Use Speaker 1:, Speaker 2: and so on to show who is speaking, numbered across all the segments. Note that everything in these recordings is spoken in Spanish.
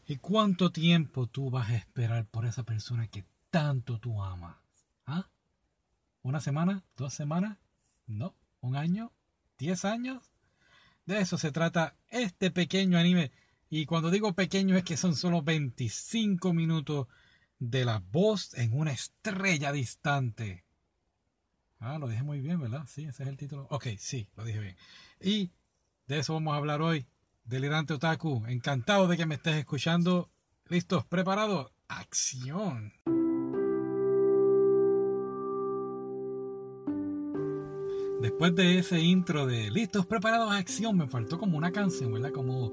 Speaker 1: ¿Y cuánto tiempo tú vas a esperar por esa persona que tanto tú amas? ¿Ah? ¿Una semana? ¿2 semanas? ¿No? ¿Un año? ¿10 años? De eso se trata este pequeño anime. Y cuando digo pequeño es que son solo 25 minutos de la voz en una estrella distante. Lo dije muy bien, ¿verdad? Sí, ese es el título. Ok, sí, lo dije bien. Y de eso vamos a hablar hoy. Delirante Otaku, encantado de que me estés escuchando. ¿Listos? ¿Preparados? ¡Acción! Después de ese intro de listos, preparados, acción, me faltó como una canción, ¿verdad? Como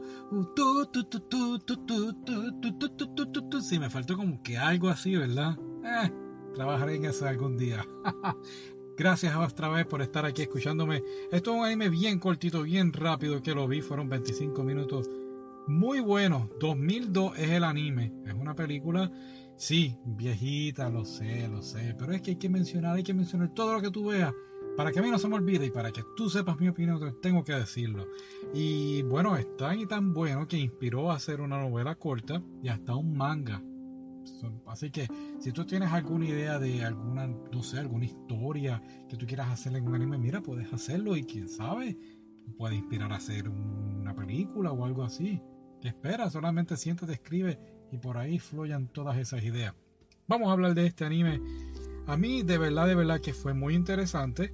Speaker 1: sí, me faltó como que algo así, ¿verdad? Trabajaré en eso algún día. Gracias otra vez por estar aquí escuchándome. Esto es un anime bien cortito, bien rápido que lo vi, fueron 25 minutos. Muy bueno, 2002 es el anime, es una película, sí, viejita, lo sé, pero es que hay que mencionar todo lo que tú veas, para que a mí no se me olvide y para que tú sepas mi opinión, tengo que decirlo. Y bueno, es tan y tan bueno que inspiró a hacer una novela corta y hasta un manga. Así que si tú tienes alguna idea de alguna, no sé, alguna historia que tú quieras hacer en un anime, mira, puedes hacerlo y quién sabe, puede inspirar a hacer una película o algo así. ¿Qué esperas? Solamente siéntate, escribe y por ahí fluyan todas esas ideas. Vamos a hablar de este anime. A mí de verdad que fue muy interesante.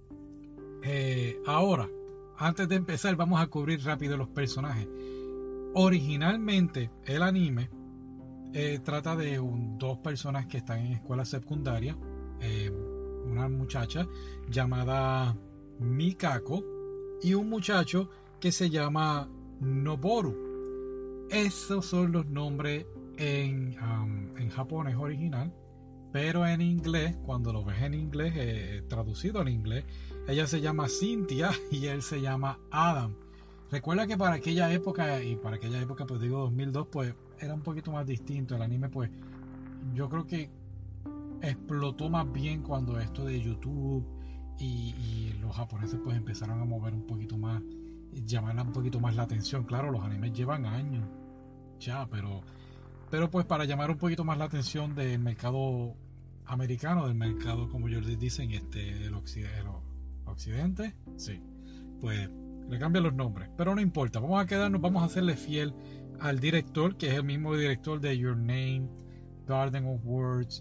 Speaker 1: Ahora, antes de empezar, vamos a cubrir rápido los personajes. Originalmente el anime trata de dos personas que están en escuela secundaria. Una muchacha llamada Mikako y un muchacho que se llama Noboru. Esos son los nombres en japonés original, pero en inglés, cuando lo ves en inglés, traducido al inglés, ella se llama Cynthia y él se llama Adam. Recuerda que para aquella época, pues digo 2002, pues era un poquito más distinto. El anime, pues yo creo que explotó más bien cuando esto de YouTube y los japoneses pues empezaron a mover un poquito más, llamar un poquito más la atención. Claro, los animes llevan años ya, pero pues para llamar un poquito más la atención del mercado americano, del mercado, como ellos les dicen, el occidente, sí, pues le cambian los nombres, pero no importa, vamos a hacerle fiel al director, que es el mismo director de Your Name, Garden of Words,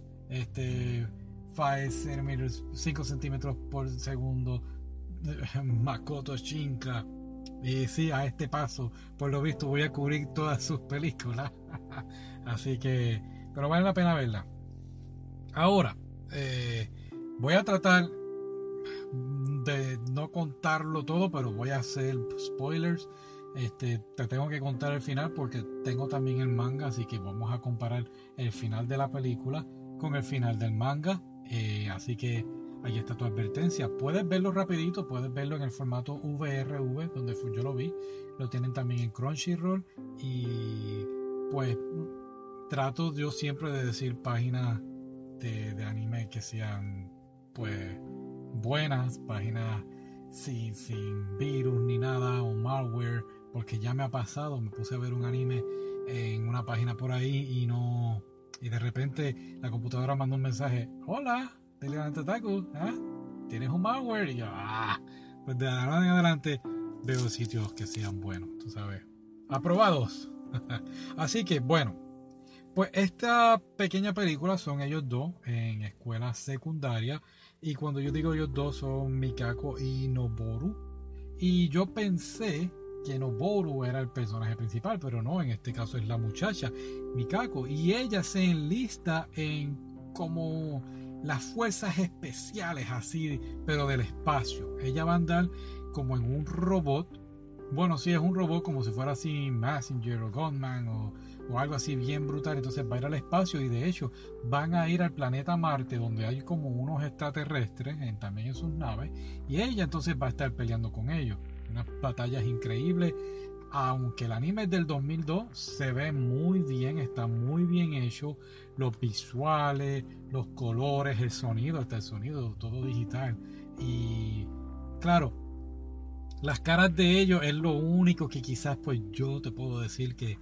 Speaker 1: 5 centímetros por segundo, Makoto Shinka. Y sí, a este paso, por lo visto, voy a cubrir todas sus películas. Así que, pero vale la pena verla. Ahora, voy a tratar de no contarlo todo, pero voy a hacer spoilers. Te tengo que contar el final porque tengo también el manga, así que vamos a comparar el final de la película con el final del manga. Así que ahí está tu advertencia. Puedes verlo rapidito, puedes verlo en el formato VRV, donde yo lo vi. Lo tienen también en Crunchyroll. Y pues trato yo siempre de decir páginas de anime que sean pues buenas, páginas sin virus ni nada o malware, porque ya me ha pasado, me puse a ver un anime en una página por ahí y de repente la computadora mandó un mensaje: hola, Delirante Otaku, ¿tienes un malware? Y yo, pues de ahora en adelante veo sitios que sean buenos, tú sabes, aprobados. Así que bueno, pues esta pequeña película son ellos dos en escuela secundaria, y cuando yo digo ellos dos son Mikako y Noboru, y yo pensé que Noboru era el personaje principal, pero no, en este caso es la muchacha Mikako, y ella se enlista en como las fuerzas especiales así, pero del espacio. Ella va a andar como en un robot. Bueno, sí, es un robot como si fuera así Messenger o Gunman o algo así bien brutal. Entonces va a ir al espacio y de hecho van a ir al planeta Marte, donde hay como unos extraterrestres también en sus naves, y ella entonces va a estar peleando con ellos. Unas batallas increíbles. Aunque el anime es del 2002, se ve muy bien, está muy bien hecho. Los visuales, los colores, el sonido, hasta el sonido, todo digital. Y claro, las caras de ellos es lo único que quizás pues yo te puedo decir que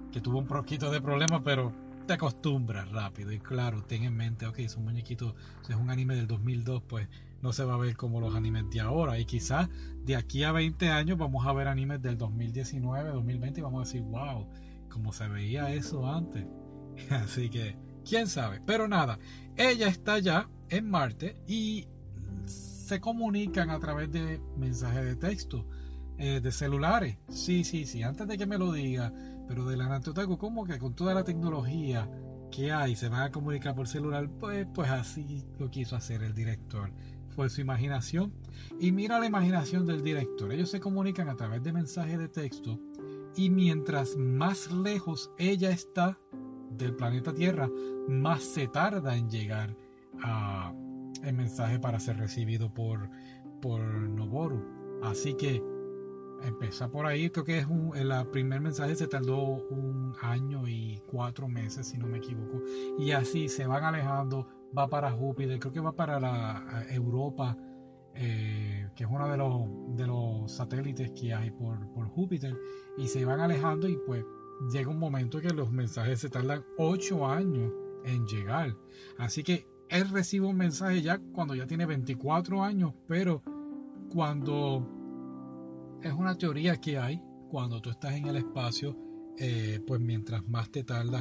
Speaker 1: que tuvo un poquito de problema, pero te acostumbras rápido. Y claro, ten en mente, ok, es un muñequito, si es un anime del 2002, pues no se va a ver como los animes de ahora. Y quizás de aquí a 20 años vamos a ver animes del 2019, 2020 y vamos a decir, wow, como se veía eso antes. Así que, quién sabe. Pero nada, ella está ya en Marte y se comunican a través de mensajes de texto, de celulares. Sí, sí, sí, antes de que me lo diga, pero de la Natotaku, como que con toda la tecnología que hay se van a comunicar por celular, pues así lo quiso hacer el director. Fue su imaginación. Y mira la imaginación del director. Ellos se comunican a través de mensajes de texto y mientras más lejos ella está del planeta Tierra, más se tarda en llegar a el mensaje para ser recibido por Noboru. Así que empieza por ahí, creo que el primer mensaje se tardó 1 año y 4 meses, si no me equivoco. Y así se van alejando, va para Júpiter, creo que va para la Europa, que es uno de los satélites que hay por Júpiter. Y se van alejando y pues llega un momento que los mensajes se tardan 8 años en llegar. Así que él recibe un mensaje ya cuando ya tiene 24 años, pero cuando es una teoría que hay, cuando tú estás en el espacio, pues mientras más te tardas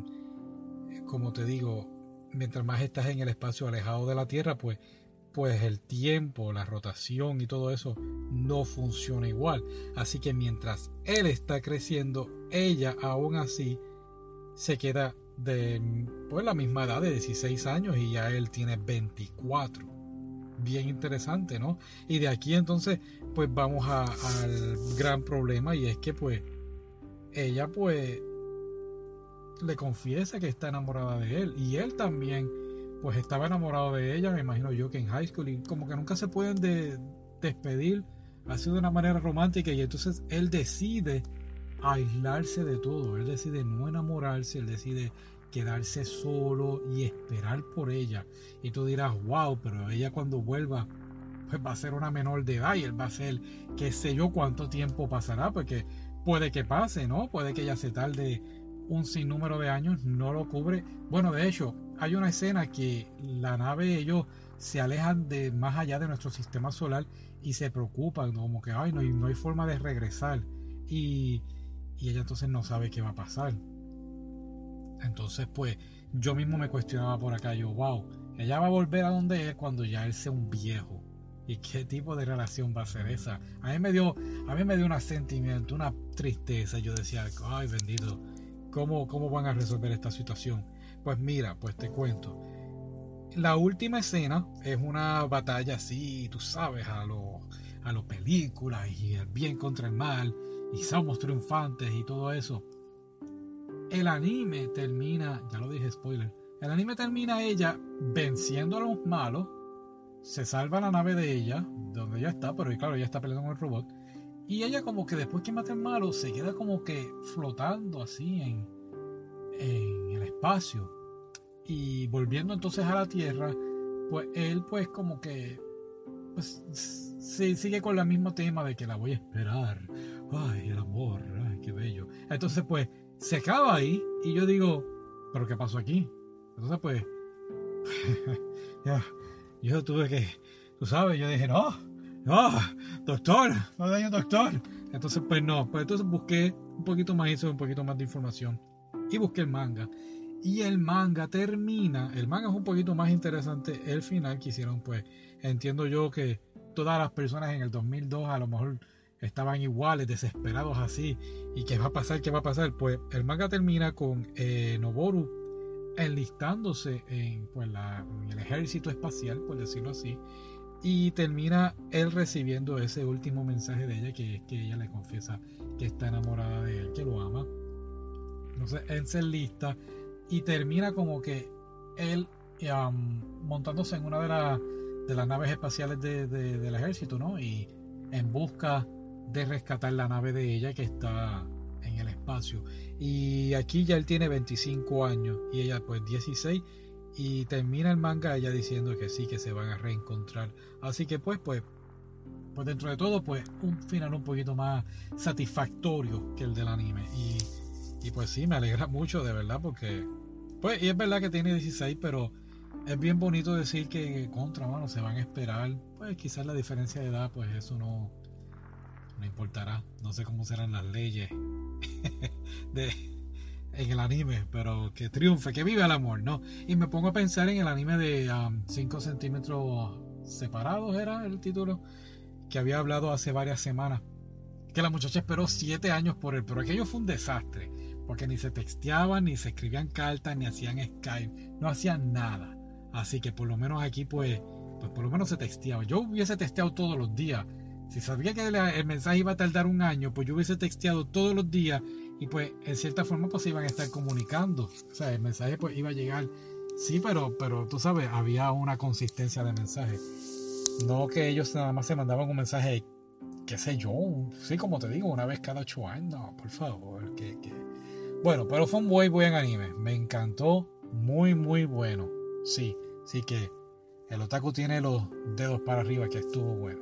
Speaker 1: como te digo, mientras más estás en el espacio alejado de la Tierra, pues el tiempo, la rotación y todo eso no funciona igual. Así que mientras él está creciendo, ella aún así se queda de pues la misma edad de 16 años y ya él tiene 24. Bien interesante, ¿no? Y de aquí entonces pues vamos al gran problema, y es que pues ella pues le confiesa que está enamorada de él y él también pues estaba enamorado de ella, me imagino yo que en high school, y como que nunca se pueden despedir así de una manera romántica, y entonces él decide aislarse de todo, él decide no enamorarse, él decide quedarse solo y esperar por ella. Y tú dirás, wow, pero ella cuando vuelva pues va a ser una menor de edad y él va a ser, qué sé yo cuánto tiempo pasará, porque puede que pase, ¿no? Puede que ella se tarde un sinnúmero de años, no lo cubre. Bueno, de hecho, hay una escena que la nave, ellos se alejan de más allá de nuestro sistema solar y se preocupan, ¿no? Como que ay, no hay forma de regresar, y ella entonces no sabe qué va a pasar. Entonces pues yo mismo me cuestionaba por acá, yo, wow, ella va a volver a donde él cuando ya él sea un viejo. ¿Y qué tipo de relación va a ser esa? A mí me dio un sentimiento, una tristeza. Yo decía, ay bendito, ¿cómo van a resolver esta situación? Pues mira, pues te cuento. La última escena es una batalla así, tú sabes, a lo películas, y el bien contra el mal, y somos triunfantes y todo eso. El anime termina, ya lo dije, spoiler, el anime termina ella venciendo a los malos, se salva la nave de ella, donde ella está, pero claro, ella está peleando con el robot, y ella como que después que mata al malo, se queda como que flotando así en el espacio, y volviendo entonces a la Tierra, pues él pues como que pues sigue con el mismo tema de que la voy a esperar, ay, el amor, ay, qué bello. Entonces pues se acaba ahí y yo digo, ¿pero qué pasó aquí? Entonces pues ya, yo tuve que, tú sabes, yo dije, no, doctor, no daño, doctor. Entonces pues no, pues entonces busqué un poquito más, hice un poquito más de información y busqué el manga. Y el manga es un poquito más interesante el final que hicieron. Pues entiendo yo que todas las personas en el 2002 a lo mejor estaban iguales, desesperados así, y qué va a pasar. Pues el manga termina con Noboru enlistándose en el ejército espacial, por decirlo así, y termina él recibiendo ese último mensaje de ella, que es que ella le confiesa que está enamorada de él, que lo ama. Entonces él se enlista y termina como que él montándose en una de las naves espaciales del ejército, ¿no? Y en busca de rescatar la nave de ella que está en el espacio. Y aquí ya él tiene 25 años y ella pues 16, y termina el manga ella diciendo que sí, que se van a reencontrar. Así que pues dentro de todo pues un final un poquito más satisfactorio que el del anime. Y Y pues sí, me alegra mucho, de verdad, porque pues, y es verdad que tiene 16, pero es bien bonito decir que contra, mano, se van a esperar. Pues quizás la diferencia de edad, pues eso no importará. No sé cómo serán las leyes de, en el anime, pero que triunfe, que viva el amor, ¿no? Y me pongo a pensar en el anime de 5 centímetros separados, era el título, que había hablado hace varias semanas. Que la muchacha esperó 7 años por él, pero aquello fue un desastre, porque ni se texteaban, ni se escribían cartas, ni hacían Skype, no hacían nada. Así que por lo menos aquí pues por lo menos se texteaba. Yo hubiese texteado todos los días. Si sabía que el mensaje iba a tardar un año, pues yo hubiese texteado todos los días y pues en cierta forma pues se iban a estar comunicando. O sea, el mensaje pues iba a llegar. Sí, pero tú sabes, había una consistencia de mensaje. No que ellos nada más se mandaban un mensaje, qué sé yo, sí, como te digo, una vez cada 8 años. No, por favor, Bueno, pero fue un muy buen anime. Me encantó, muy, muy bueno. Sí, sí que el otaku tiene los dedos para arriba, que estuvo bueno.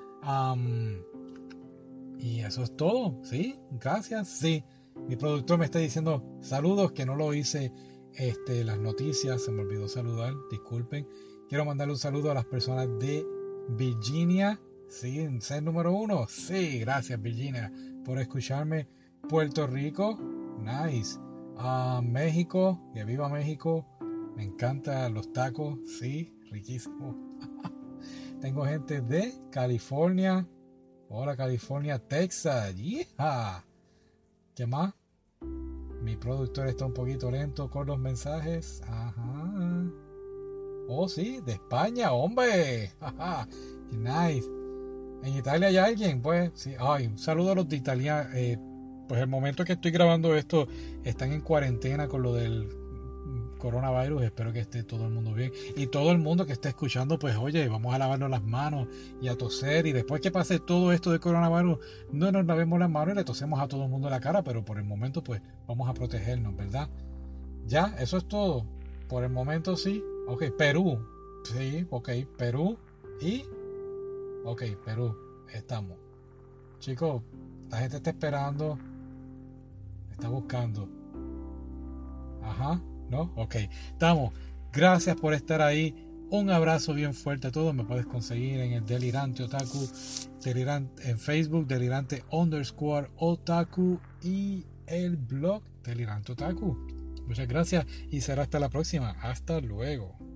Speaker 1: Y eso es todo, ¿sí? Gracias, sí. Mi productor me está diciendo saludos, que no lo hice las noticias, se me olvidó saludar, disculpen. Quiero mandarle un saludo a las personas de Virginia, sí, en ser número 1. Sí, gracias Virginia por escucharme. Puerto Rico, nice. México, que viva México. Me encantan los tacos, sí, riquísimo. Tengo gente de California. Hola California, Texas. ¡Yeah! ¿Qué más? Mi productor está un poquito lento con los mensajes. Ajá. Oh, sí, de España, hombre. Ajá. Nice. En Italia hay alguien, pues. Sí. Ay, un saludo a los de Italia. Pues el momento que estoy grabando esto, están en cuarentena con lo del coronavirus. Espero que esté todo el mundo bien. Y todo el mundo que esté escuchando, pues oye, vamos a lavarnos las manos y a toser. Y después que pase todo esto de coronavirus, no nos lavemos las manos y le tosemos a todo el mundo la cara. Pero por el momento, pues vamos a protegernos, ¿verdad? Ya, eso es todo. Por el momento sí. Ok, Perú. Sí, ok, Perú. Y... ok, Perú. Estamos. Chicos, la gente está esperando. Está buscando. Ajá, ¿no? Ok, estamos. Gracias por estar ahí. Un abrazo bien fuerte a todos. Me puedes conseguir en el Delirante Otaku, en Facebook, Delirante_Otaku y el blog Delirante Otaku. Muchas gracias y será hasta la próxima. Hasta luego.